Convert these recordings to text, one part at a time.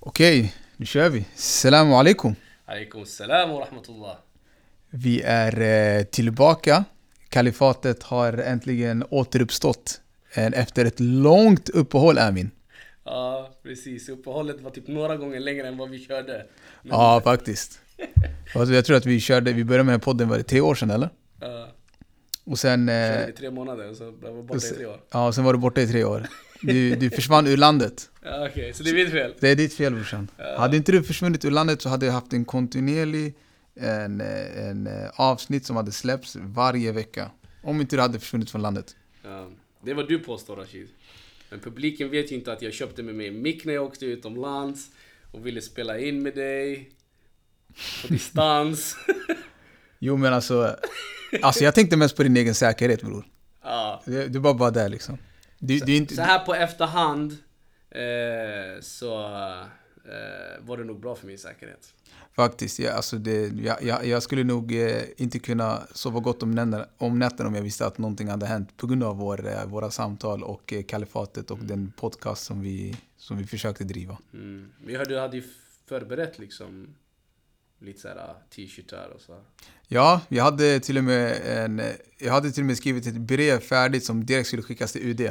Okej, nu kör vi. Assalamu alaikum. Alaikum salam wa rahmatullah. Vi är tillbaka. Kalifatet har äntligen återuppstått efter ett långt uppehåll, Amin. Ja, precis. Uppehållet var typ några gånger längre än vad vi körde. Ja, faktiskt. Alltså, jag tror att vi började med podden, var det 3 år sedan, eller? Ja, Och sen... körde vi 3 månader och så var vi borta i 3 år. Ja, och sen var du borta i 3 år. Du försvann ur landet. Ja, okej. Så det är mitt fel. Det är ditt fel, brorsan. Ja. Hade inte du försvunnit ur landet så hade jag haft en kontinuerlig en avsnitt som hade släppts varje vecka. Om inte du hade försvunnit från landet. Ja, det var du påstår, Rashid. Men publiken vet ju inte att jag köpte med mig en mick när jag åkte utomlands och ville spela in med dig på distans. Jo, men alltså jag tänkte mest på din egen säkerhet, bror. Ja. Du var bara där liksom. Du är inte... Så här på efterhand så var det nog bra för min säkerhet. Faktiskt, jag skulle nog inte kunna sova gott om nätterna om jag visste att någonting hade hänt på grund av våra samtal och kalifatet och den podcast som vi försökte driva. Men jag hörde du hade ju förberett liksom lite så här t-shirtar och så. Ja, jag hade till och med skrivit ett brev färdigt som direkt skulle skickas till UD.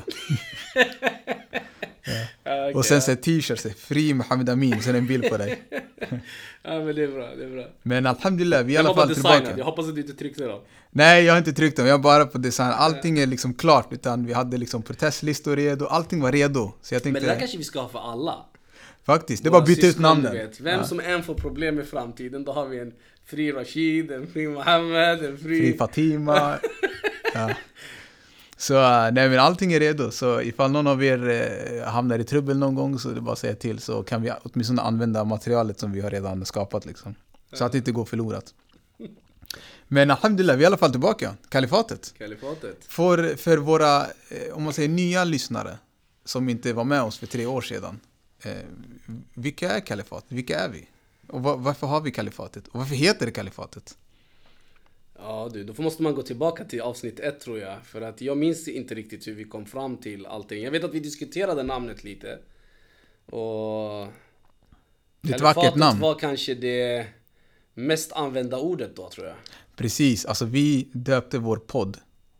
Okay, och sen så t-shirts, fri Mohammed Amin, sen en bild på dig. Ja, men det är bra, det är bra. Men alhamdulillah, vi är i alla fall tillbaka. Jag hoppas att du inte tryckte dem. Nej, jag har inte tryckt dem, jag har bara på design. Allting är liksom klart, utan vi hade liksom protestlistor redo, allting var redo. Så jag tänkte, men det där kanske vi ska ha för alla. faktiskt, det är bara att byta ut namnen. Vem som än får problem i framtiden, då har vi en fri Rashid, en fri Mohammed, en fri Fatima. Ja. Så nej, men allting är redo. Så ifall någon av er hamnar i trubbel någon gång så är det bara att säga till. Så kan vi åtminstone använda materialet som vi har redan skapat liksom. Så att det inte går förlorat. Men alhamdulillah, vi är i alla fall tillbaka. Kalifatet. För våra, om man säger nya lyssnare som inte var med oss för 3 år sedan. Vilka är kalifatet? Vilka är vi? Och varför har vi kalifatet? Och varför heter det kalifatet? Ja du, då måste man gå tillbaka till avsnitt 1 tror jag. För att jag minns inte riktigt hur vi kom fram till allting. Jag vet att vi diskuterade namnet lite. Och det är ett vackert namn. Var kanske det mest använda ordet då, tror jag. Precis, alltså vi döpte vår podd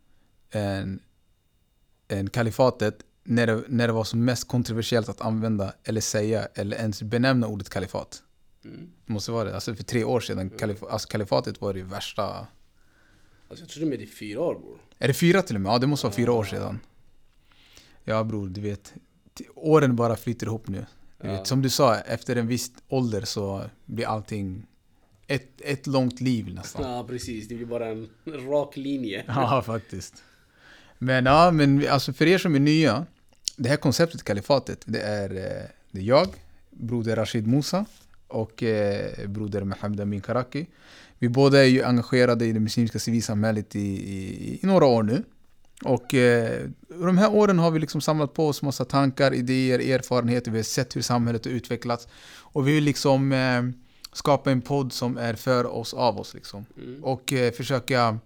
en kalifatet när det var som mest kontroversiellt att använda eller säga eller ens benämna ordet kalifat. Det måste vara det. Alltså för 3 år sedan, kalifatet var det värsta. Alltså jag tror det är 4 år, bror. Är det 4 till och med? Ja, det måste vara 4 år sedan. Ja, bror, du vet. Åren bara flyter ihop nu. Du vet, som du sa, efter en viss ålder så blir allting ett långt liv nästan. Ja, precis. Det blir bara en rak linje. Ja, faktiskt. Men alltså för er som är nya, det här konceptet kalifatet, det är jag, broder Rashid Musa och broder Mohammed Amin Karaki. Vi båda är ju engagerade i det muslimska civilsamhället i några år nu. Och de här åren har vi liksom samlat på oss massa tankar, idéer, erfarenheter. Vi har sett hur samhället har utvecklats. Och vi vill liksom skapa en podd som är för oss, av oss liksom. Och försöka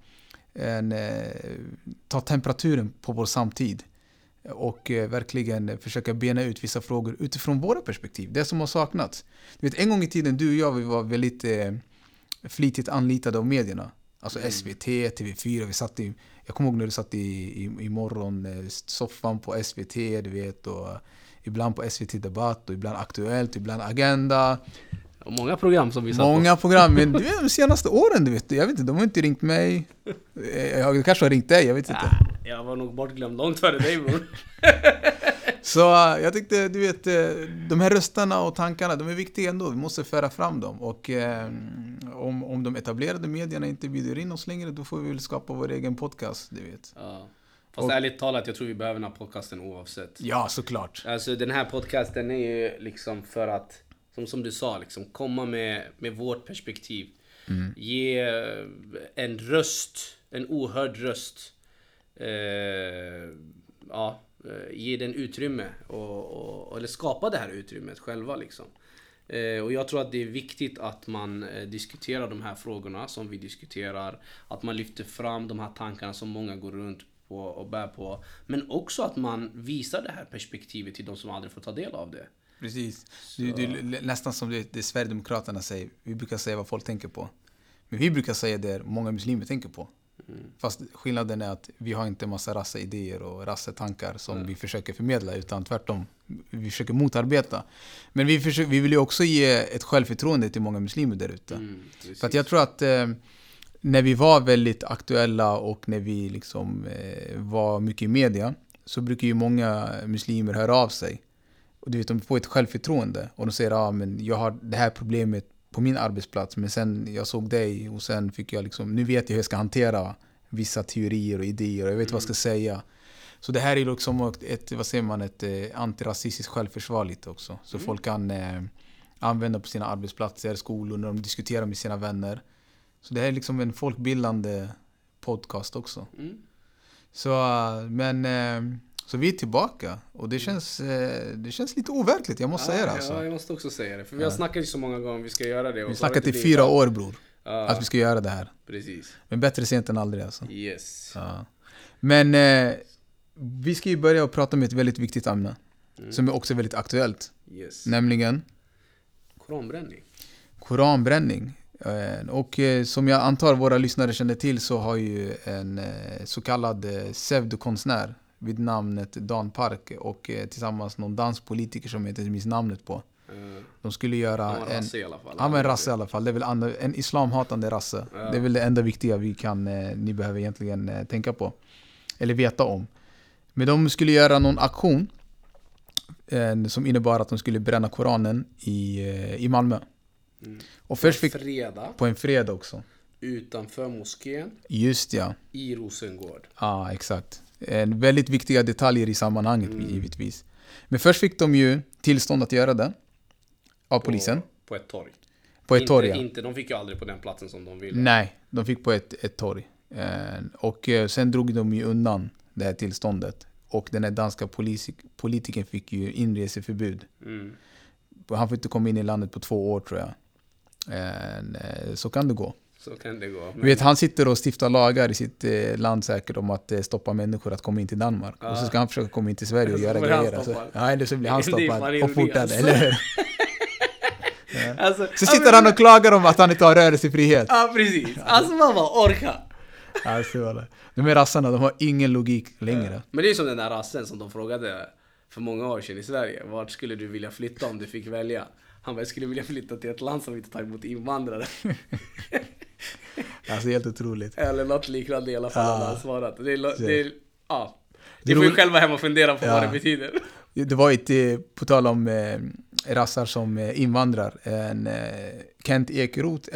ta temperaturen på vår samtid. Och verkligen försöka bena ut vissa frågor utifrån våra perspektiv. Det som har saknats. Du vet, en gång i tiden, du och jag, vi var väldigt flitigt anlitade av medierna. Alltså SVT, TV4, vi satt jag kommer ihåg när du satt i morgon soffan på SVT, du vet, och ibland på SVT Debatt och ibland Aktuellt, ibland Agenda. Och många program som vi satt på. Många program, men du vet, de senaste åren, du vet, jag vet inte, de har inte ringt mig. Jag kanske har ringt dig, jag vet inte. Jag var nog bortglömd långt före dig, bror. Så jag tyckte, du vet, de här rösterna och tankarna, de är viktiga ändå. Vi måste föra fram dem. Och om de etablerade medierna inte bjuder in oss längre, då får vi väl skapa vår egen podcast, du vet. Ja. Fast ärligt talat, jag tror vi behöver den här podcasten oavsett. Ja, såklart. Alltså den här podcasten är ju liksom för att, som du sa, liksom komma med vårt perspektiv. Ge en röst, en ohörd röst. Ge den utrymme eller skapa det här utrymmet själva liksom. Och jag tror att det är viktigt att man diskuterar de här frågorna som vi diskuterar, att man lyfter fram de här tankarna som många går runt på och bär på, men också att man visar det här perspektivet till de som aldrig får ta del av det. Precis. Du, nästan som det Sverigedemokraterna säger. Vi brukar säga vad folk tänker på. Men vi brukar säga det många muslimer tänker på. Fast skillnaden är att vi har inte en massa rasseidéer och rassetankar som vi försöker förmedla, utan tvärtom. Vi försöker motarbeta. Men vi vill ju också ge ett självförtroende till många muslimer där ute. För att jag tror att när vi var väldigt aktuella och när vi liksom var mycket i media, så brukar ju många muslimer höra av sig. Och du vet, de får ett självförtroende och de säger men jag har det här problemet på min arbetsplats, men sen jag såg dig och sen fick jag liksom, nu vet jag hur jag ska hantera vissa teorier och idéer och jag vet vad jag ska säga. Så det här är liksom ett antirasistiskt självförsvar lite också. Så folk kan använda på sina arbetsplatser, skolor, när de diskuterar med sina vänner. Så det här är liksom en folkbildande podcast också. Så så vi är tillbaka och det känns lite overkligt, jag måste säga det alltså. Ja, jag måste också säga det. För vi har snackat ju så många gånger om vi ska göra det. Vi har snackat i 4 år, bror. Att vi ska göra det här. Precis. Men bättre sent än aldrig alltså. Yes. Ja. Men vi ska ju börja och prata om ett väldigt viktigt ämne. Som är också väldigt aktuellt. Yes. Nämligen Koranbränning. Och som jag antar våra lyssnare känner till, så har ju en så kallad pseudokonstnär vid namnet Dan Park och tillsammans någon danspolitiker som heter minns namnet på. De skulle göra han var en rasse i alla fall. Han var en rasse i alla fall. Det är väl en islamhatande rasse. Det är väl det enda viktiga ni behöver egentligen tänka på. Eller veta om. Men de skulle göra någon aktion som innebar att de skulle bränna Koranen i Malmö. Och först på en fredag också. Utanför moskén. Just ja. I Rosengård. Ja, exakt. En väldigt viktiga detaljer i sammanhanget givetvis. Men först fick de ju tillstånd att göra det av polisen. På ett torg. På ett torg, ja. De fick ju aldrig på den platsen som de ville. Nej, de fick på ett torg. Och sen drog de ju undan det här tillståndet. Och den här danska politikern fick ju inreseförbud. Han får inte komma in i landet på 2 år, tror jag. Så kan det gå. Så kan det gå. Men... han sitter och stiftar lagar i sitt land säkert om att stoppa människor att komma in till Danmark. Och så ska han försöka komma in till Sverige och göra grejer. Eller så blir han stoppad och fortare, eller hur? Alltså, så sitter han och klagar om att han inte har rörelsefrihet. Ja, precis. Alltså man bara orkar. Alltså, de här rassarna, de har ingen logik längre. Men det är som den där rassen som de frågade för många år sedan i Sverige. Vart skulle du vilja flytta om du fick välja? Han bara, jag skulle vilja flytta till ett land som inte tar emot invandrare. Alltså helt otroligt. Eller något liknande i alla fall hade han svarat. Ni får ju själva hem och fundera på vad det betyder. Det var inte på tal om rassar som invandrar. Kent Ekeroth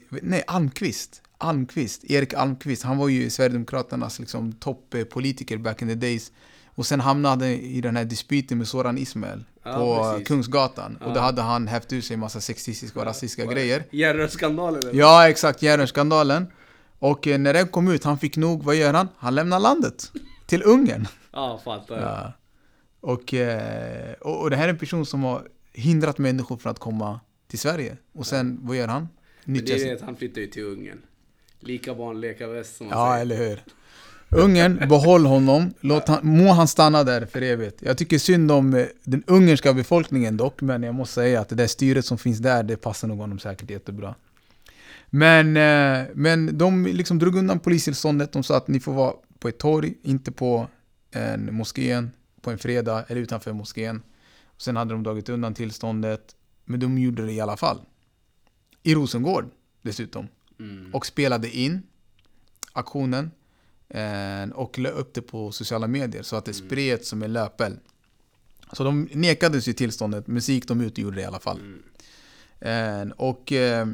Erik Almqvist. Han var ju Sverigedemokraternas liksom toppolitiker back in the days. Och sen hamnade i den här dispyten med Soran Ismail på Kungsgatan. Och då hade han hävt ur sig en massa sexistiska och rasistiska grejer. Järnrörsskandalen. Ja, exakt. Järnrörsskandalen. Och när den kom ut, han fick nog, vad gör han? Han lämnar landet till Ungern. Ja, fattar. Ja. Och det här är en person som har hindrat människor från att komma till Sverige. Och sen, vad gör han? Men det är att han flyttar ju till Ungern. Lika barn, leka väst som man säger. Ja, eller hur? Ungern, behåll honom. Må han stanna där för evigt. Jag tycker synd om den ungerska befolkningen dock. Men jag måste säga att det där styret som finns där, det passar nog honom säkert jättebra. Men de liksom drog undan polistillståndet. De sa att ni får vara på ett torg, inte på en moskén på en fredag eller utanför moskén. Och sen hade de dragit undan tillståndet. Men de gjorde det i alla fall. I Rosengård dessutom. Och spelade in aktionen. Och la upp det på sociala medier så att det spreds som en löpeld. Så de nekades ju tillståndet. Musik de utgjorde det i alla fall. Och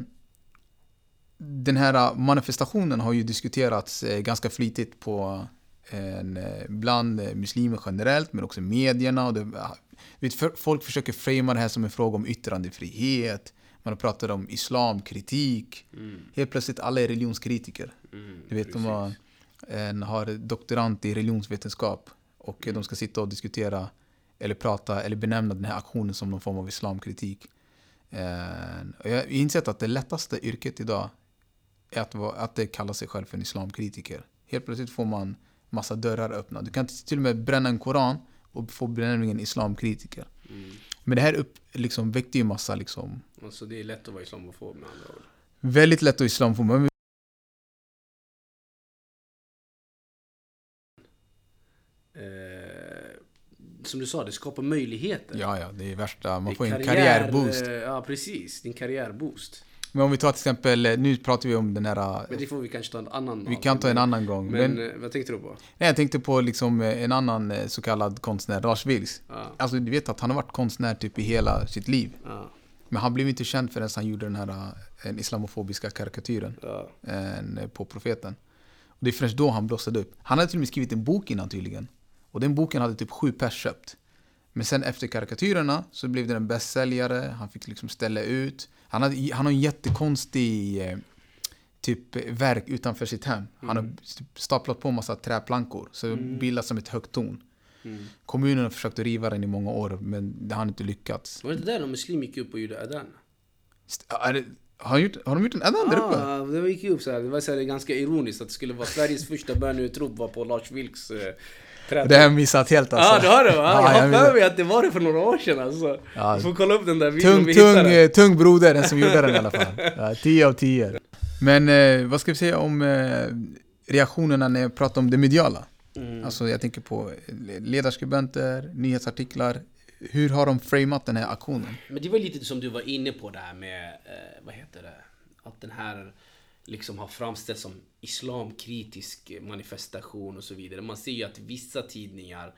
den här manifestationen har ju diskuterats ganska flitigt på bland muslimer generellt, men också medierna. Och folk försöker framea det här som en fråga om yttrandefrihet. Man har pratat om islamkritik. Helt plötsligt alla är religionskritiker. Du vet, de har doktorant i religionsvetenskap. Och de ska sitta och diskutera eller prata eller benämna den här aktionen som någon form av islamkritik. Och jag har insett att det lättaste yrket idag är att det kallar sig själv för en islamkritiker. Helt plötsligt får man massa dörrar öppna. Du kan till och med bränna en koran och få benämningen islamkritiker. Men det här liksom väckte ju massa liksom... Alltså det är lätt att vara islamofob med andra ord. Väldigt lätt att islamofob. Men Som du sa, det skapar möjligheter. ja, det är värsta. Man får Det är en karriärboost. Ja, precis. Din karriärboost. Men om vi tar till exempel, nu pratar vi om den här... Men det får vi kanske ta en annan Vi kan ta en annan gång. Men vad tänkte du på? Nej, jag tänkte på liksom en annan så kallad konstnär, Lars Vilks. Ja. Alltså du vet att han har varit konstnär typ i hela sitt liv. Ja. Men han blev inte känd förrän han gjorde den här en islamofobiska karikatyren på profeten. Och det är först då han blossade upp. Han hade till och med skrivit en bok innan tydligen. Och den boken hade typ 7 pers köpt. Men sen efter karikatyrerna så blev det en bästsäljare. Han fick liksom ställa ut. Han har en jättekonstig typ verk utanför sitt hem. Han har staplat på massa träplankor. Så det bildas som ett högt torn. Kommunen har försökt att riva den i många år, men det har inte lyckats. Var det inte där någon muslim gick upp och gjorde adhan? Har de gjort en adhan där uppe? Ja, det gick upp så här. Det var så här ganska ironiskt att det skulle vara Sveriges första bönutrop var på Lars Vilks träd. Det har jag missat helt alltså. Ja, det har det va? Ja, jag har för mig att det var det för några år sedan alltså. Ja. Du får kolla upp den där videon. Tung broder, den som gjorde den i alla fall. Ja, 10 av 10. Men vad ska vi säga om reaktionerna när jag pratar om det mediala? Alltså jag tänker på ledarskribenter, nyhetsartiklar. Hur har de framat den här aktionen? Men det var lite som du var inne på där med, vad heter det? Att den här liksom har framställts som islamkritisk manifestation och så vidare. Man ser ju att vissa tidningar,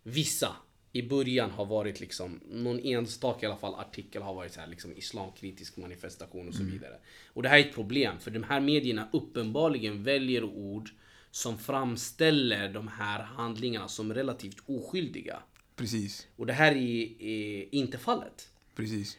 i början har varit liksom, någon enstaka i alla fall artikel har varit så här liksom islamkritisk manifestation och så vidare. Och det här är ett problem, för de här medierna uppenbarligen väljer ord som framställer de här handlingarna som relativt oskyldiga. Precis. Och det här är inte fallet. Precis.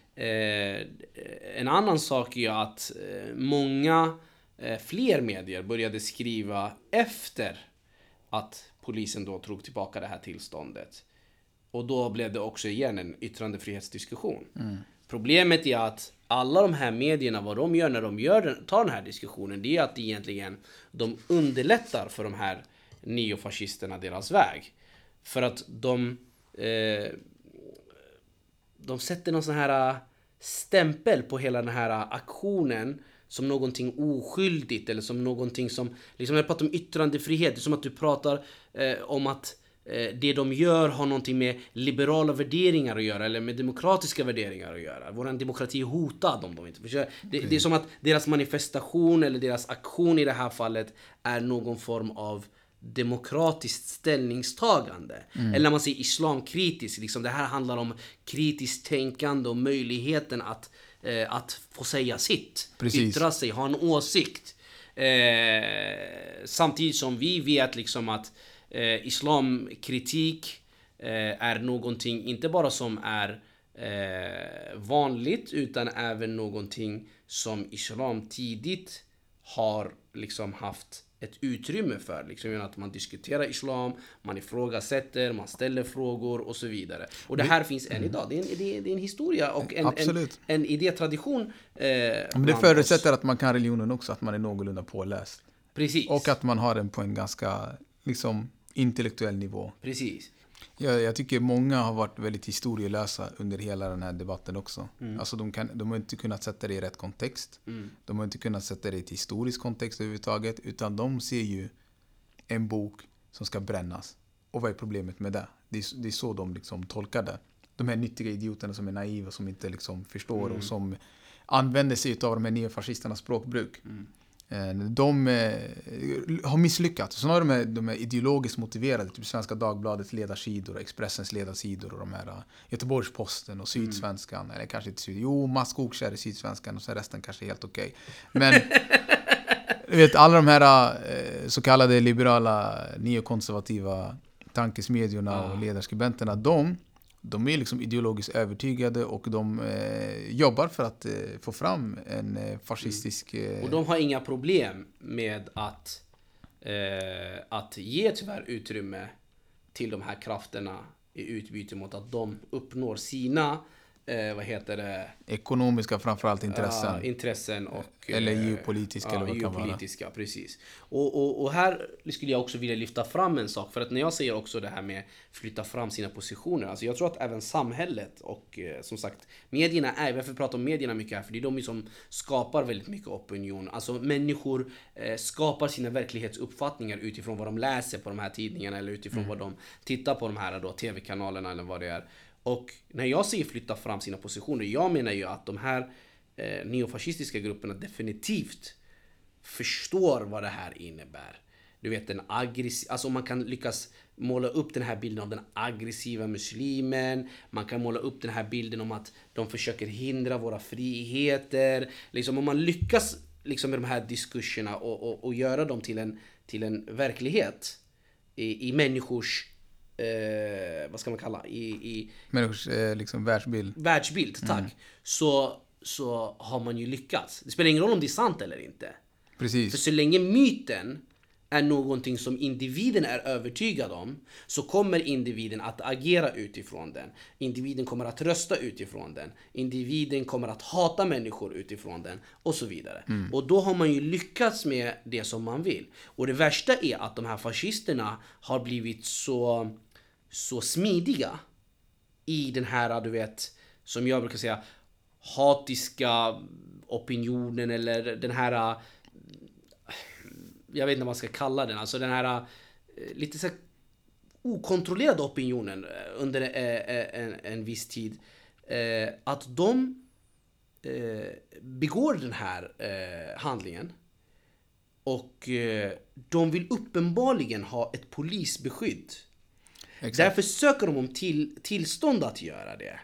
En annan sak är att många fler medier började skriva efter att polisen då drog tillbaka det här tillståndet. Och då blev det också igen en yttrandefrihetsdiskussion. Problemet är att alla de här medierna, vad de gör när de tar den här diskussionen, det är att egentligen de underlättar för de här neofascisterna deras väg. För att de sätter någon sån här stämpel på hela den här aktionen som någonting oskyldigt eller som någonting som, liksom jag pratar om yttrandefrihet, det är som att du pratar om att det de gör har någonting med liberala värderingar att göra eller med demokratiska värderingar att göra. Vår demokrati är hotad om de inte försöker. Det är som att deras manifestation eller deras aktion i det här fallet är någon form av demokratiskt ställningstagande. Eller när man säger islamkritisk, liksom det här handlar om kritiskt tänkande och möjligheten att få säga sitt. Precis. Yttra sig, ha en åsikt. Samtidigt som vi vet liksom att islamkritik är någonting inte bara som är vanligt utan även någonting som islam tidigt har liksom haft ett utrymme för, liksom att man diskuterar islam, man ifrågasätter, man ställer frågor och så vidare. Och det här finns än idag. Det är en historia och en idétradition. Men det förutsätter att man kan religionen också, att man är någorlunda påläst. Precis. Och att man har den på en ganska liksom intellektuell nivå. Precis. Jag tycker många har varit väldigt historielösa under hela den här debatten också. Alltså de har inte kunnat sätta det i rätt kontext. De har inte kunnat sätta det i ett historisk kontext överhuvudtaget. Utan de ser ju en bok som ska brännas. Och vad är problemet med det? Det är så de liksom tolkar det. De här nyttiga idioterna som är naiva, som inte liksom förstår och som använder sig av de här neofascisternas språkbruk. De har misslyckats. Så har de är ideologiskt motiverade, typ Svenska Dagbladets ledarsidor och Expressens ledarsidor och de här Göteborgs-Posten och Sydsvenskan, eller kanske inte Mats Skogskär i Sydsvenskan och så resten kanske är helt okej. Men du vet, alla de här så kallade liberala neokonservativa tankesmedjorna och ledarskribenterna, de är liksom ideologiskt övertygade och de jobbar för att få fram en fascistisk... Och de har inga problem med att ge tyvärr utrymme till de här krafterna i utbyte mot att de uppnår sina vad heter det? Ekonomiska framförallt intressen. Ja, intressen och... Eller geopolitiska eller vad det kan vara. Geopolitiska, precis. Och här skulle jag också vilja lyfta fram en sak. För att när jag säger också det här med flytta fram sina positioner. Alltså jag tror att även samhället och som sagt medierna är, varför pratar om medierna mycket här? För det är de som skapar väldigt mycket opinion. Alltså människor skapar sina verklighetsuppfattningar utifrån vad de läser på de här tidningarna. Eller utifrån vad de tittar på de här då, tv-kanalerna eller vad det är. Och när jag säger flytta fram sina positioner, jag menar ju att de här neofascistiska grupperna definitivt förstår vad det här innebär. Du vet, alltså man kan lyckas måla upp den här bilden av den aggressiva muslimen. Man kan måla upp den här bilden om att de försöker hindra våra friheter. Liksom om man lyckas liksom med de här diskurserna och göra dem till en verklighet i människors vad ska man kalla i människors liksom världsbild, tack. Så har man ju lyckats. Det spelar ingen roll om det är sant eller inte. Precis. För så länge myten är någonting som individen är övertygad om, så kommer individen att agera utifrån den. Individen kommer att rösta utifrån den. Individen kommer att hata människor utifrån den och så vidare. Och då har man ju lyckats med det som man vill. Och det värsta är att de här fascisterna har blivit så smidiga i den här, du vet, som jag brukar säga, hatiska opinionen, eller den här, jag vet inte vad man ska kalla den, alltså den här lite så okontrollerade opinionen under en viss tid, att de begår den här handlingen, och de vill uppenbarligen ha ett polisbeskydd. Exakt. Därför söker de om tillstånd att göra det.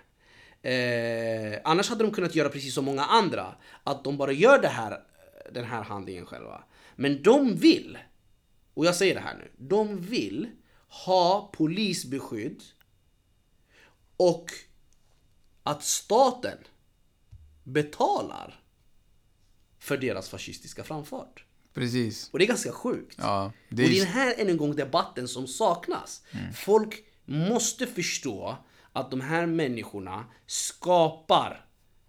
Annars hade de kunnat göra precis som många andra, att de bara gör den här handlingen själva. Men de vill, och jag säger det här nu, de vill ha polisbeskydd, och att staten betalar för deras fascistiska framfart. Precis. Och det är ganska sjukt. Ja, och det är den här än en gång debatten som saknas. Folk måste förstå att de här människorna skapar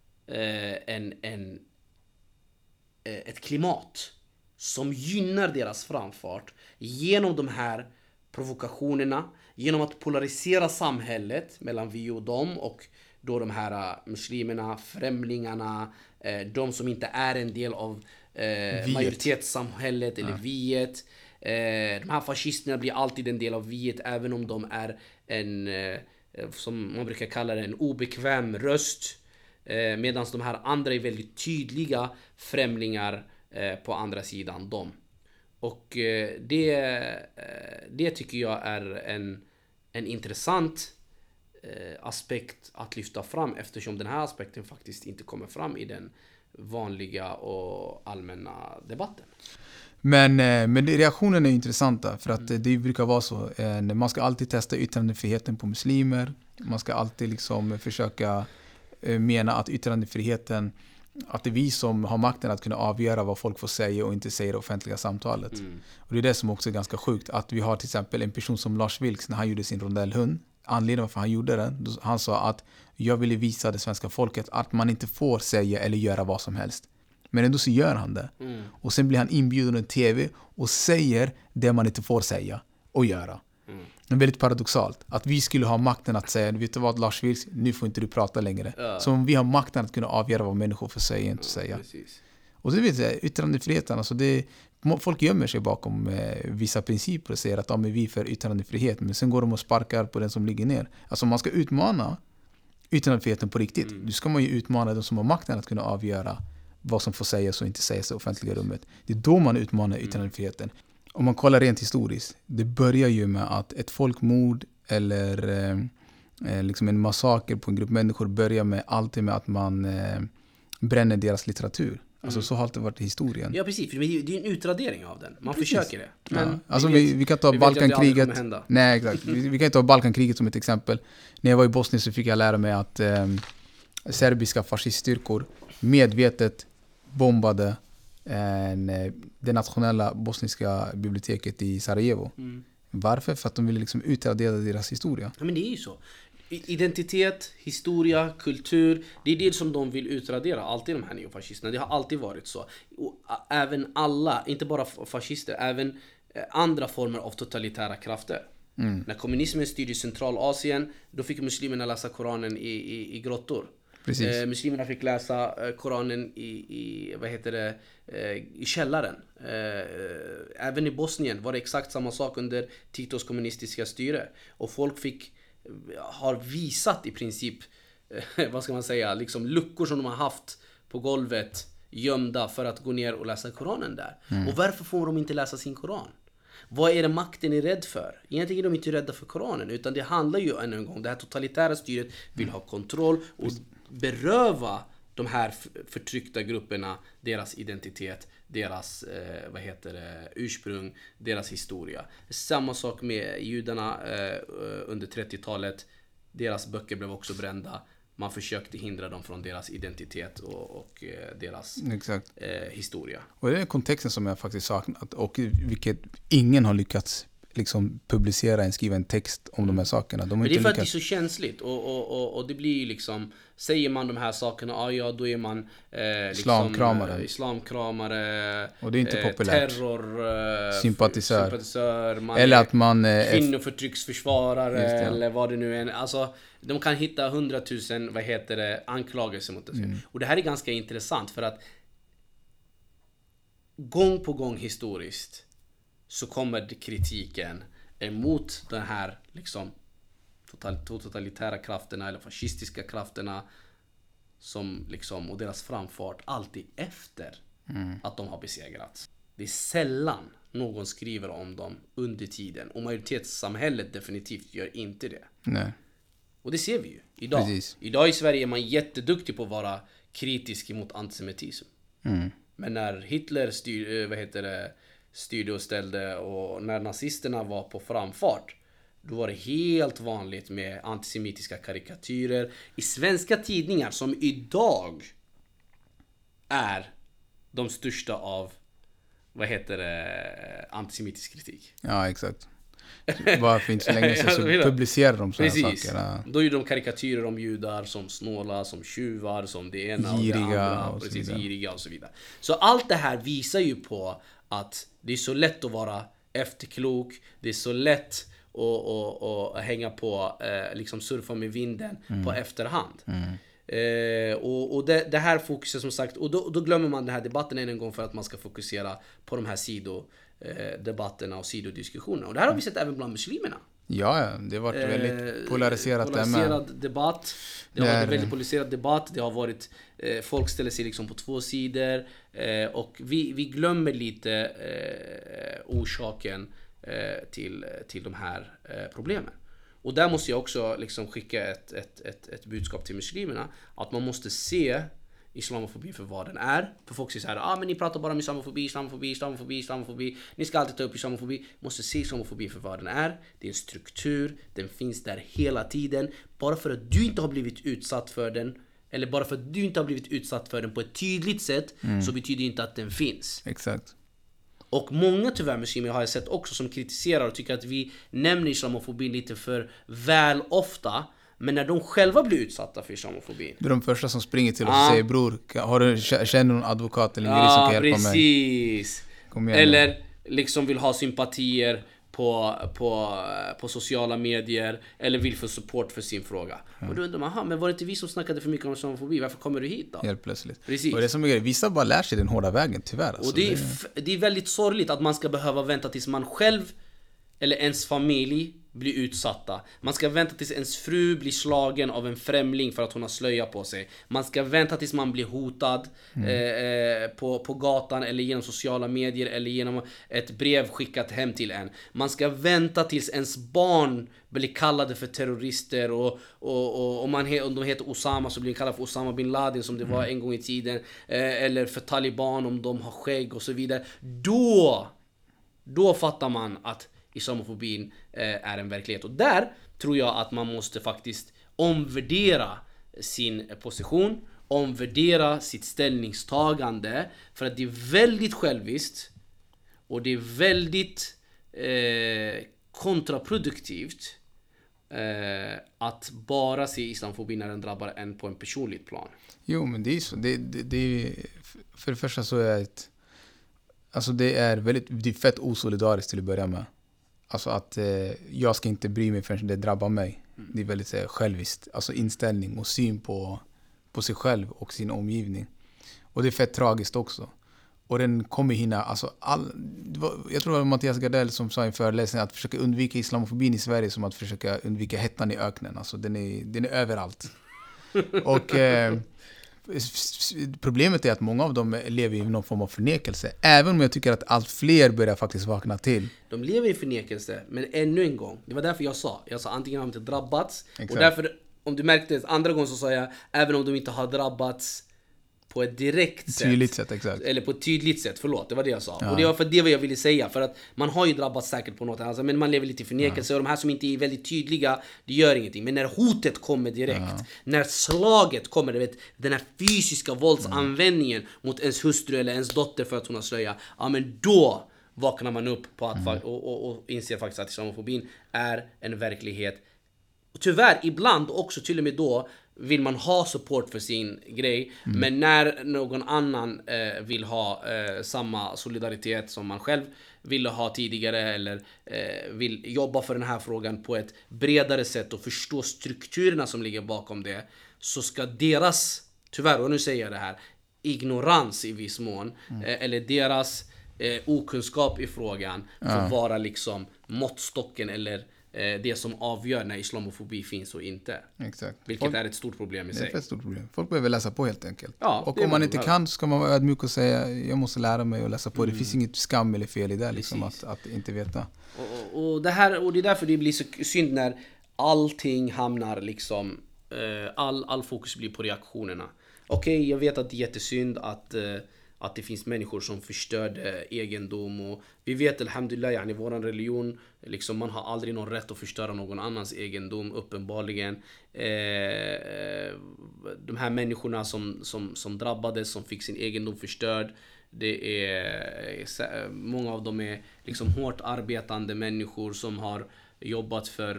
ett klimat som gynnar deras framfart genom de här provokationerna, genom att polarisera samhället mellan vi och dem, och då de här muslimerna, främlingarna, de som inte är en del av majoritetssamhället eller viet. De här fascisterna blir alltid en del av viet, även om de är en, som man brukar kalla det, en obekväm röst. Medan de här andra är väldigt tydliga främlingar på andra sidan dem. Och det tycker jag är en intressant aspekt att lyfta fram, eftersom den här aspekten faktiskt inte kommer fram i den vanliga och allmänna debatten. Men reaktionen är intressanta, för att det brukar vara så. Man ska alltid testa yttrandefriheten på muslimer. Man ska alltid liksom försöka mena att yttrandefriheten, att det är vi som har makten att kunna avgöra vad folk får säga och inte säga i det offentliga samtalet. Och det är det som också är ganska sjukt, att vi har till exempel en person som Lars Vilks, när han gjorde sin rondellhund. Anledningen varför han gjorde den, han sa att jag ville visa det svenska folket att man inte får säga eller göra vad som helst. Men ändå så gör han det. Och sen blir han inbjuden i tv och säger det man inte får säga och göra. Det är väldigt paradoxalt att vi skulle ha makten att säga, vet du vad Lars Vilks, nu får inte du prata längre. Som om vi har makten att kunna avgöra vad människor får säga och inte säga. Precis. Och så vet jag, yttrandefriheten, alltså folk gömmer sig bakom vissa principer och säger att de är vi för yttrandefrihet, men sen går de och sparkar på den som ligger ner. Alltså man ska utmana yttrandefriheten på riktigt. Du ska man ju utmana de som har makten att kunna avgöra vad som får sägas och inte sägas i offentliga rummet. Det är då man utmanar yttrandefriheten. Om man kollar rent historiskt, det börjar ju med att ett folkmord eller liksom en massaker på en grupp människor börjar med alltid med att man bränner deras litteratur. Alltså så har det varit i historien. Ja, precis. För det är en utradering av den. Man försöker det. Men ja. Alltså vi kan ta Balkankriget. Nej, exakt. Vi kan ta Balkankriget som ett exempel. När jag var i Bosnien så fick jag lära mig att serbiska fasciststyrkor medvetet bombade det nationella bosniska biblioteket i Sarajevo. Varför? För att de ville liksom utradera deras historia. Ja, men det är ju så. Identitet, historia, kultur, det är det som de vill utradera. Alltid de här neofascisterna, det har alltid varit så. Och även alla, inte bara fascister, även andra former av totalitära krafter. När kommunismen styrde i Centralasien, då fick muslimerna läsa Koranen i grottor. Muslimerna fick läsa Koranen i källaren. Även i Bosnien var det exakt samma sak under Titos kommunistiska styre. Och folk har visat i princip, vad ska man säga, liksom luckor som de har haft på golvet gömda för att gå ner och läsa Koranen där. Och varför får de inte läsa sin Koran? Vad är det makten är rädd för? Egentligen är de inte rädda för Koranen, utan det handlar ju ännu en gång, det här totalitära styret vill ha kontroll och beröva de här förtryckta grupperna deras identitet, deras ursprung, deras historia. Samma sak med judarna under 30-talet. Deras böcker blev också brända. Man försökte hindra dem från deras identitet och deras historia. Och det är kontexten som jag faktiskt saknat, och vilket ingen har lyckats liksom publicera, skriva en text om de här sakerna. Men det är för att det är så känsligt och det blir liksom, säger man de här sakerna, då är man islamkramare, och det är inte populärt. Sympatisör, eller att man kvinnoförtrycksförsvarare eller vad det nu är. Alltså, de kan hitta 100 000 anklagelser mot det. Och det här är ganska intressant, för att gång på gång historiskt så kommer kritiken emot den här liksom totalitära krafterna eller fascistiska krafterna som liksom, och deras framfart alltid efter att de har besegrats. Det är sällan någon skriver om dem under tiden, och majoritetssamhället definitivt gör inte det. Nej. Och det ser vi ju idag. Precis. Idag i Sverige är man jätteduktig på att vara kritisk mot antisemitism. Men när Hitler styrde och ställde, och när nazisterna var på framfart, då var det helt vanligt med antisemitiska karikatyrer i svenska tidningar som idag är de största av antisemitisk kritik. Ja, exakt. Varför inte så länge sedan så publicerade de sådana saker. Ja. Då gjorde de karikatyrer om judar som snåla, som tjuvar, som det ena och det andra, giriga och så vidare. Så allt det här visar ju på att det är så lätt att vara efterklok, det är så lätt att hänga på, liksom surfa med vinden på efterhand. Och det här fokuset, som sagt, och då glömmer man den här debatten en gång för att man ska fokusera på de här sidodebatterna och sidodiskussionerna. Och det här har vi sett även bland muslimerna. Ja, det har varit väldigt polariserad debatt. Det har varit en väldigt polariserad debatt. Det har varit, folk ställer sig liksom på två sidor, och vi glömmer lite orsaken till de här problemen. Och där måste jag också liksom skicka ett budskap till muslimerna, att man måste se islamofobi för vad den är. För folk säger så här: men ni pratar bara om islamofobi. Ni ska alltid ta upp islamofobi. Måste se islamofobi för vad den är. Det är en struktur, den finns där hela tiden. Bara för att du inte har blivit utsatt för den, eller bara för att du inte har blivit utsatt för den på ett tydligt sätt, så betyder inte att den finns. Exakt. Och många tyvärr muslimer har jag sett också som kritiserar och tycker att vi nämner islamofobi lite för väl ofta. Men när de själva blir utsatta för islamofobi, det är de första som springer till och säger: bror, känner någon advokat eller jurist som kan hjälpa mig? Precis. Eller liksom vill ha sympatier på sociala medier, eller vill få support för sin fråga. Och då undrar man: men var det inte vi som snackade för mycket om islamofobi? Varför kommer du hit då? Helt plötsligt. Precis. Och det som är grejen, vissa bara lär sig den hårda vägen, tyvärr. Alltså. Och det är väldigt sorgligt att man ska behöva vänta tills man själv eller ens familj blir utsatta. Man ska vänta tills ens fru blir slagen av en främling för att hon har slöja på sig. Man ska vänta tills man blir hotad på gatan, eller genom sociala medier, eller genom ett brev skickat hem till en. Man ska vänta tills ens barn blir kallade för terrorister, och om de heter Osama så blir de kallade för Osama bin Laden, som det var en gång i tiden, eller för Taliban om de har skägg och så vidare. Då fattar man att islamofobin är en verklighet. Och där tror jag att man måste faktiskt omvärdera sin position, omvärdera sitt ställningstagande, för att det är väldigt själviskt och det är väldigt kontraproduktivt att bara se islamofobi när den drabbar en på en personligt plan. Jo, men det är så. För det första så är det är fett osolidariskt till att börja med. Alltså att jag ska inte bry mig förrän det drabbar mig. Det är väldigt själviskt. Alltså inställning och syn på sig själv och sin omgivning. Och det är fett tragiskt också. Och den kommer hinna, jag tror det var Mattias Gardell som sa i en föreläsning att försöka undvika islamofobin i Sverige som att försöka undvika hettan i öknen. Alltså den är överallt. Och problemet är att många av dem lever i någon form av förnekelse. Även om jag tycker att allt fler börjar faktiskt vakna till. De lever i förnekelse, men ännu en gång. Det var därför jag sa antingen har de inte drabbats. Exakt. Och därför, om du märkte andra gången så sa jag, även om de inte har drabbats på ett direkt sätt. Tydligt sätt, exakt. Eller på ett tydligt sätt, förlåt, det var det jag sa. Ja. Och det var för det vad jag ville säga. För att man har ju drabbats säkert på något annat, men man lever lite i förnekelse. Och de här som inte är väldigt tydliga, det gör ingenting. Men när hotet kommer direkt, när slaget kommer, du vet, den här fysiska våldsanvändningen mot ens hustru eller ens dotter för att hon har slöja, ja men då vaknar man upp på att och inser faktiskt att islamofobin är en verklighet. Och tyvärr, ibland också till och med då vill man ha support för sin grej. Men när någon annan vill ha samma solidaritet som man själv ville ha tidigare, eller vill jobba för den här frågan på ett bredare sätt och förstå strukturerna som ligger bakom det, så ska deras, tyvärr, och nu säger jag det här, ignorans i viss mån, eller deras okunskap i frågan får vara liksom måttstocken eller det som avgör när islamofobi finns och inte. Exakt. Vilket är ett stort problem i sig. Det är ett stort problem. Folk behöver läsa på helt enkelt. Ja, och om man inte kan så ska man vara ödmjuk och säga jag måste lära mig och läsa på. Det finns inget skam eller fel i det liksom, att inte veta. Och det är därför det blir så synd när allting hamnar liksom all fokus blir på reaktionerna. Okej, jag vet att det är jättesynd att det finns människor som förstörde egendom, och vi vet alhamdulillah, våran religion liksom, man har aldrig någon rätt att förstöra någon annans egendom uppenbarligen. De här människorna som drabbades, som fick sin egendom förstörd, det är många av dem är liksom hårt arbetande människor som har jobbat för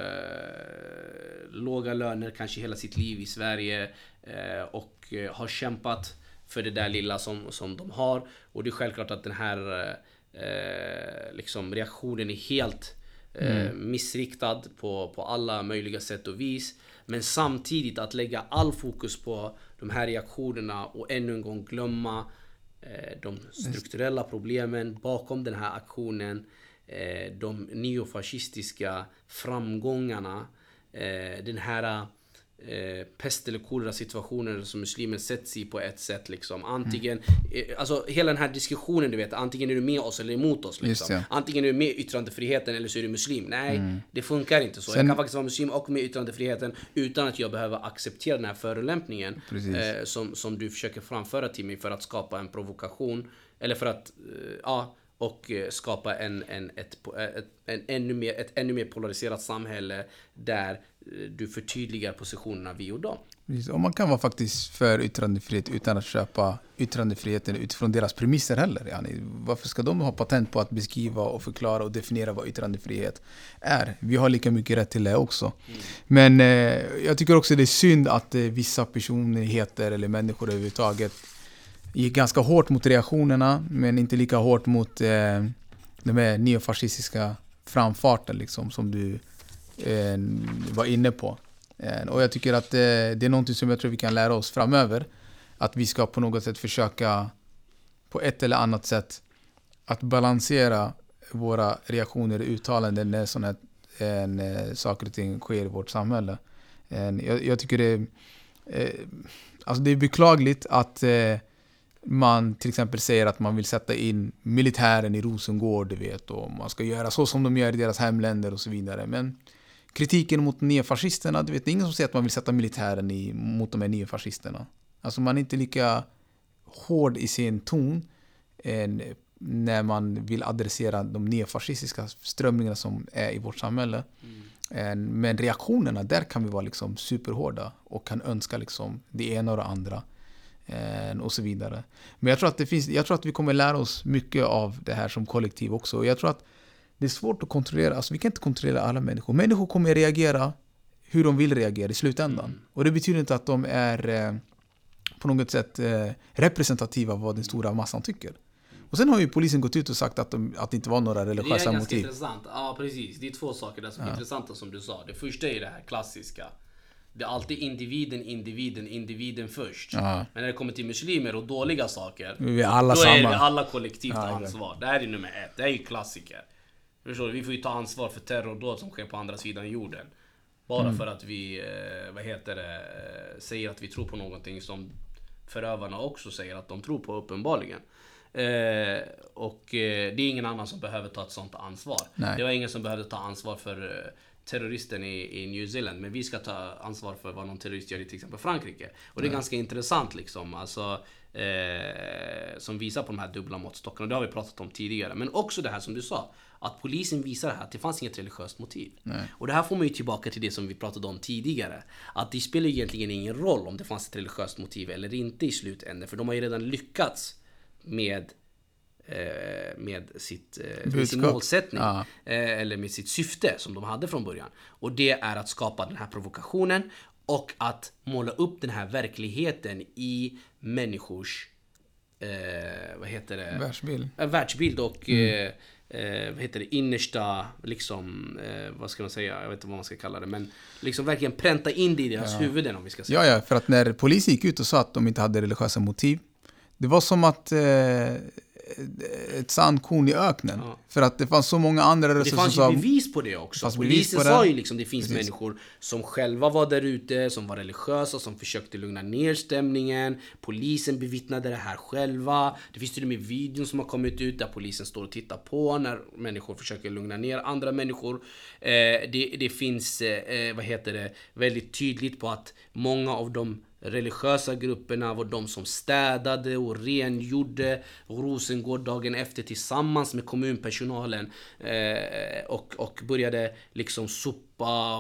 låga löner kanske hela sitt liv i Sverige, och har kämpat för det där lilla som de har. Och det är självklart att den här liksom reaktionen är helt missriktad på alla möjliga sätt och vis. Men samtidigt att lägga all fokus på de här reaktionerna och ännu en gång glömma de strukturella problemen bakom den här aktionen, de neofascistiska framgångarna, den här pest eller kolera situationer som muslimer sätts i på ett sätt liksom. Antingen alltså hela den här diskussionen, du vet, antingen är du med oss eller emot oss liksom. Antingen är du med yttrandefriheten eller så är du muslim. Nej, det funkar inte så. Jag kan faktiskt vara muslim och med yttrandefriheten utan att jag behöver acceptera den här förolämpningen som du försöker framföra till mig för att skapa en provokation, eller för att och skapa ett ännu mer polariserat samhälle där du förtydligar positionerna vi och dem. Precis. Och man kan vara faktiskt för yttrandefrihet utan att köpa yttrandefriheten utifrån deras premisser heller. Yani, varför ska de ha patent på att beskriva och förklara och definiera vad yttrandefrihet är? Vi har lika mycket rätt till det också. Men jag tycker också det är synd att vissa personligheter eller människor överhuvudtaget gick ganska hårt mot reaktionerna, men inte lika hårt mot de här neofascistiska framfarten liksom, som du var inne på. Och jag tycker att det är någonting som jag tror vi kan lära oss framöver. Att vi ska på något sätt försöka på ett eller annat sätt att balansera våra reaktioner och uttalanden när sådana här saker och ting sker i vårt samhälle. Jag tycker det är beklagligt att man till exempel säger att man vill sätta in militären i Rosengård, du vet, och man ska göra så som de gör i deras hemländer och så vidare. Men kritiken mot neofascisterna, du vet, det är ingen som säger att man vill sätta militären mot de här neofascisterna. Alltså man är inte lika hård i sin ton när man vill adressera de neofascistiska strömningarna som är i vårt samhälle. Men reaktionerna, där kan vi vara liksom superhårda och kan önska liksom det ena och det andra och så vidare. Men jag tror att vi kommer lära oss mycket av det här som kollektiv också. Och jag tror att det är svårt att kontrollera. Alltså vi kan inte kontrollera alla människor. Människor kommer reagera hur de vill reagera i slutändan. Och det betyder inte att de är på något sätt representativa av vad den stora massan tycker. Och sen har ju polisen gått ut och sagt att det inte var några religiösa motiv. Det är ganska intressant. Ja, precis. Det är två saker där som är intressanta som du sa. Det första är det här klassiska. Det är alltid individen först. Men när det kommer till muslimer och dåliga saker, vi är alla då samma. är det alla kollektivt ansvar. Det här är nummer ett. Det här är ju klassiker. Förstår du? Vi får ju ta ansvar för terrordåd som sker på andra sidan jorden. Bara för att vi säger att vi tror på någonting som förövarna också säger att de tror på uppenbarligen. Och det är ingen annan som behöver ta ett sånt ansvar. Nej. Det var ingen som behövde ta ansvar för terroristen i New Zealand, men vi ska ta ansvar för vad någon terrorist gör i till exempel Frankrike. Och det är ganska intressant liksom, alltså, som visar på de här dubbla måttstockarna. Det har vi pratat om tidigare. Men också det här som du sa, att polisen visar här att det fanns inget religiöst motiv. Nej. Och det här får man ju tillbaka till det som vi pratade om tidigare. Att det spelar egentligen ingen roll om det fanns ett religiöst motiv eller inte i slutändan. För de har ju redan lyckats med sin målsättning. Eller med sitt syfte som de hade från början. Och det är att skapa den här provokationen och att måla upp den här verkligheten i människors världsbild och innersta liksom, vad ska man säga, jag vet inte vad man ska kalla det, men liksom verkligen pränta in det i deras huvuden, om vi ska säga. Ja, för att när polisen gick ut och sa att de inte hade religiösa motiv, det var som att ett sandkorn i öknen. För att det fanns så många andra röster som sa... Det fanns ju bevis på det också. Polisen sa ju liksom, det finns människor som själva var där ute, som var religiösa, som försökte lugna ner stämningen. Polisen bevittnade det här själva. Det finns till och med videon som har kommit ut där polisen står och tittar på när människor försöker lugna ner andra människor. Det finns, väldigt tydligt på att många av de religiösa grupperna var de som städade och rengjorde Rosengård dagen efter tillsammans med kommunpersonalen och började liksom sopa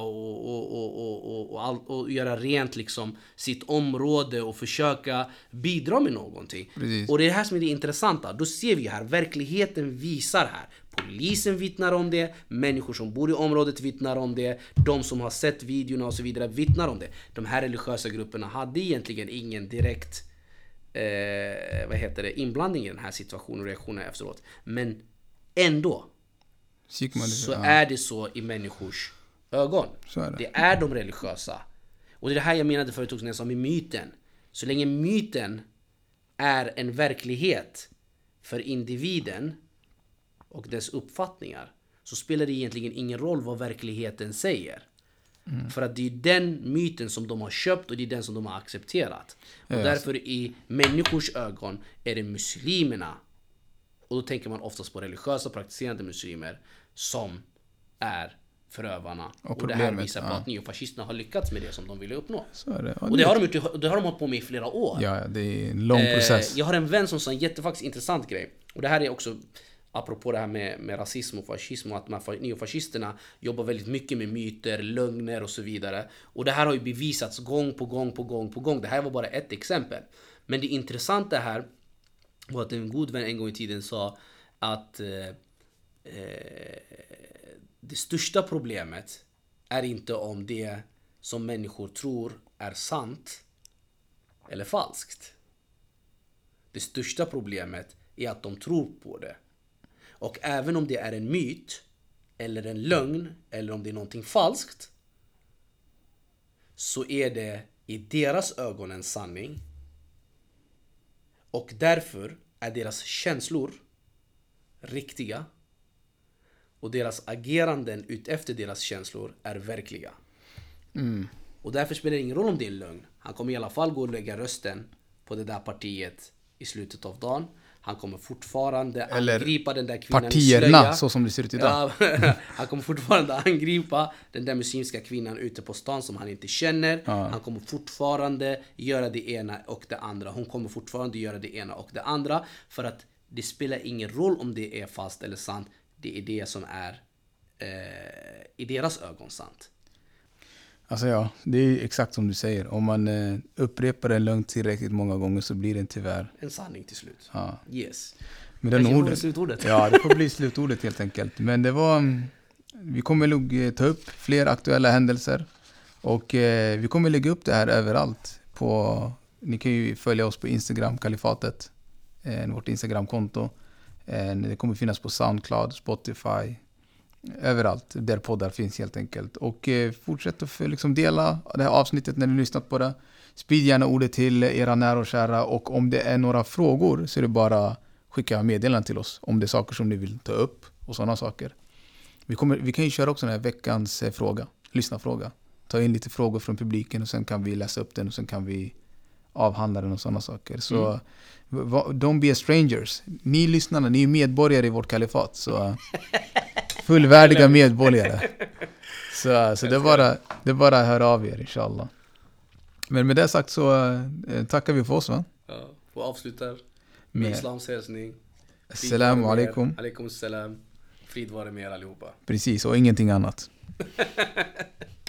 och göra rent liksom sitt område och försöka bidra med någonting. Precis. Och det är det här som är det intressanta. Då ser vi här, verkligheten visar här. Polisen vittnar om det, människor som bor i området vittnar om det, de som har sett videorna och så vidare vittnar om det. De här religiösa grupperna hade egentligen ingen direkt inblandning i den här situationen och reaktionen efteråt. Men ändå så är det så i människors ögon. Det är de religiösa. Och det är det här jag menade förut också när jag sa med myten. Så länge myten är en verklighet för individen och dess uppfattningar, så spelar det egentligen ingen roll vad verkligheten säger. För att det är den myten som de har köpt och det är den som de har accepterat. Och därför i människors ögon är det muslimerna, och då tänker man oftast på religiösa praktiserande muslimer, som är förövarna. Och det här visar på att neofascisterna har lyckats med det som de ville uppnå. Så är det. Och det har de hållit på med i flera år. Ja, det är en lång process. Jag har en vän som sa en jättefaktiskt intressant grej. Och det här är också apropå det här med rasism och fascism, och att neofascisterna jobbar väldigt mycket med myter, lögner och så vidare. Och det här har ju bevisats gång på gång. Det här var bara ett exempel. Men det intressanta här var att en god vän en gång i tiden sa att det största problemet är inte om det som människor tror är sant eller falskt. Det största problemet är att de tror på det. Och även om det är en myt eller en lögn eller om det är någonting falskt, så är det i deras ögon en sanning. Och därför är deras känslor riktiga. Och deras ageranden utefter deras känslor är verkliga. Och därför spelar det ingen roll om det är en lögn. Han kommer i alla fall gå och lägga rösten på det där partiet i slutet av dagen. Han kommer fortfarande angripa den där kvinnan partierna, i slöja. Så som det ser ut idag. Han kommer fortfarande angripa den där muslimska kvinnan ute på stan som han inte känner. Han kommer fortfarande göra det ena och det andra. Hon kommer fortfarande göra det ena och det andra. För att det spelar ingen roll om det är fast eller sant. Det är det som är i deras ögon sant. Alltså ja, det är exakt som du säger. Om man upprepar en lögn tillräckligt många gånger så blir den tyvärr en sanning till slut. Ja. Yes. med den Kanske orden. vore slutordet. Ja, det får bli slutordet helt enkelt. Men det var... Vi kommer nog ta upp fler aktuella händelser. Och vi kommer lägga upp det här överallt. Ni kan ju följa oss på Instagram, Kalifatet. Vårt Instagramkonto. Det kommer finnas på Soundcloud, Spotify. Överallt där poddar finns helt enkelt. Och fortsätt att liksom dela det här avsnittet när ni lyssnat på det. Sprid gärna ordet till era nära och kära. Och om det är några frågor så är det bara skicka meddelanden till oss. Om det är saker som ni vill ta upp och sådana saker. Vi kan ju köra också den här veckans lyssnarfråga. Ta in lite frågor från publiken och sen kan vi läsa upp den och sen kan vi avhandla den och sådana saker. Så don't be a strangers. Ni lyssnarna, ni är medborgare i vårt kalifat. Så fullvärdiga medborgare. Så det är bara att höra av er, inshallah. Men med det sagt så tackar vi för oss, va? Ja, och avslutar med islams hälsning. Assalamu alaikum. Alaikum salam. Frid vare med er allihopa. Precis, och ingenting annat.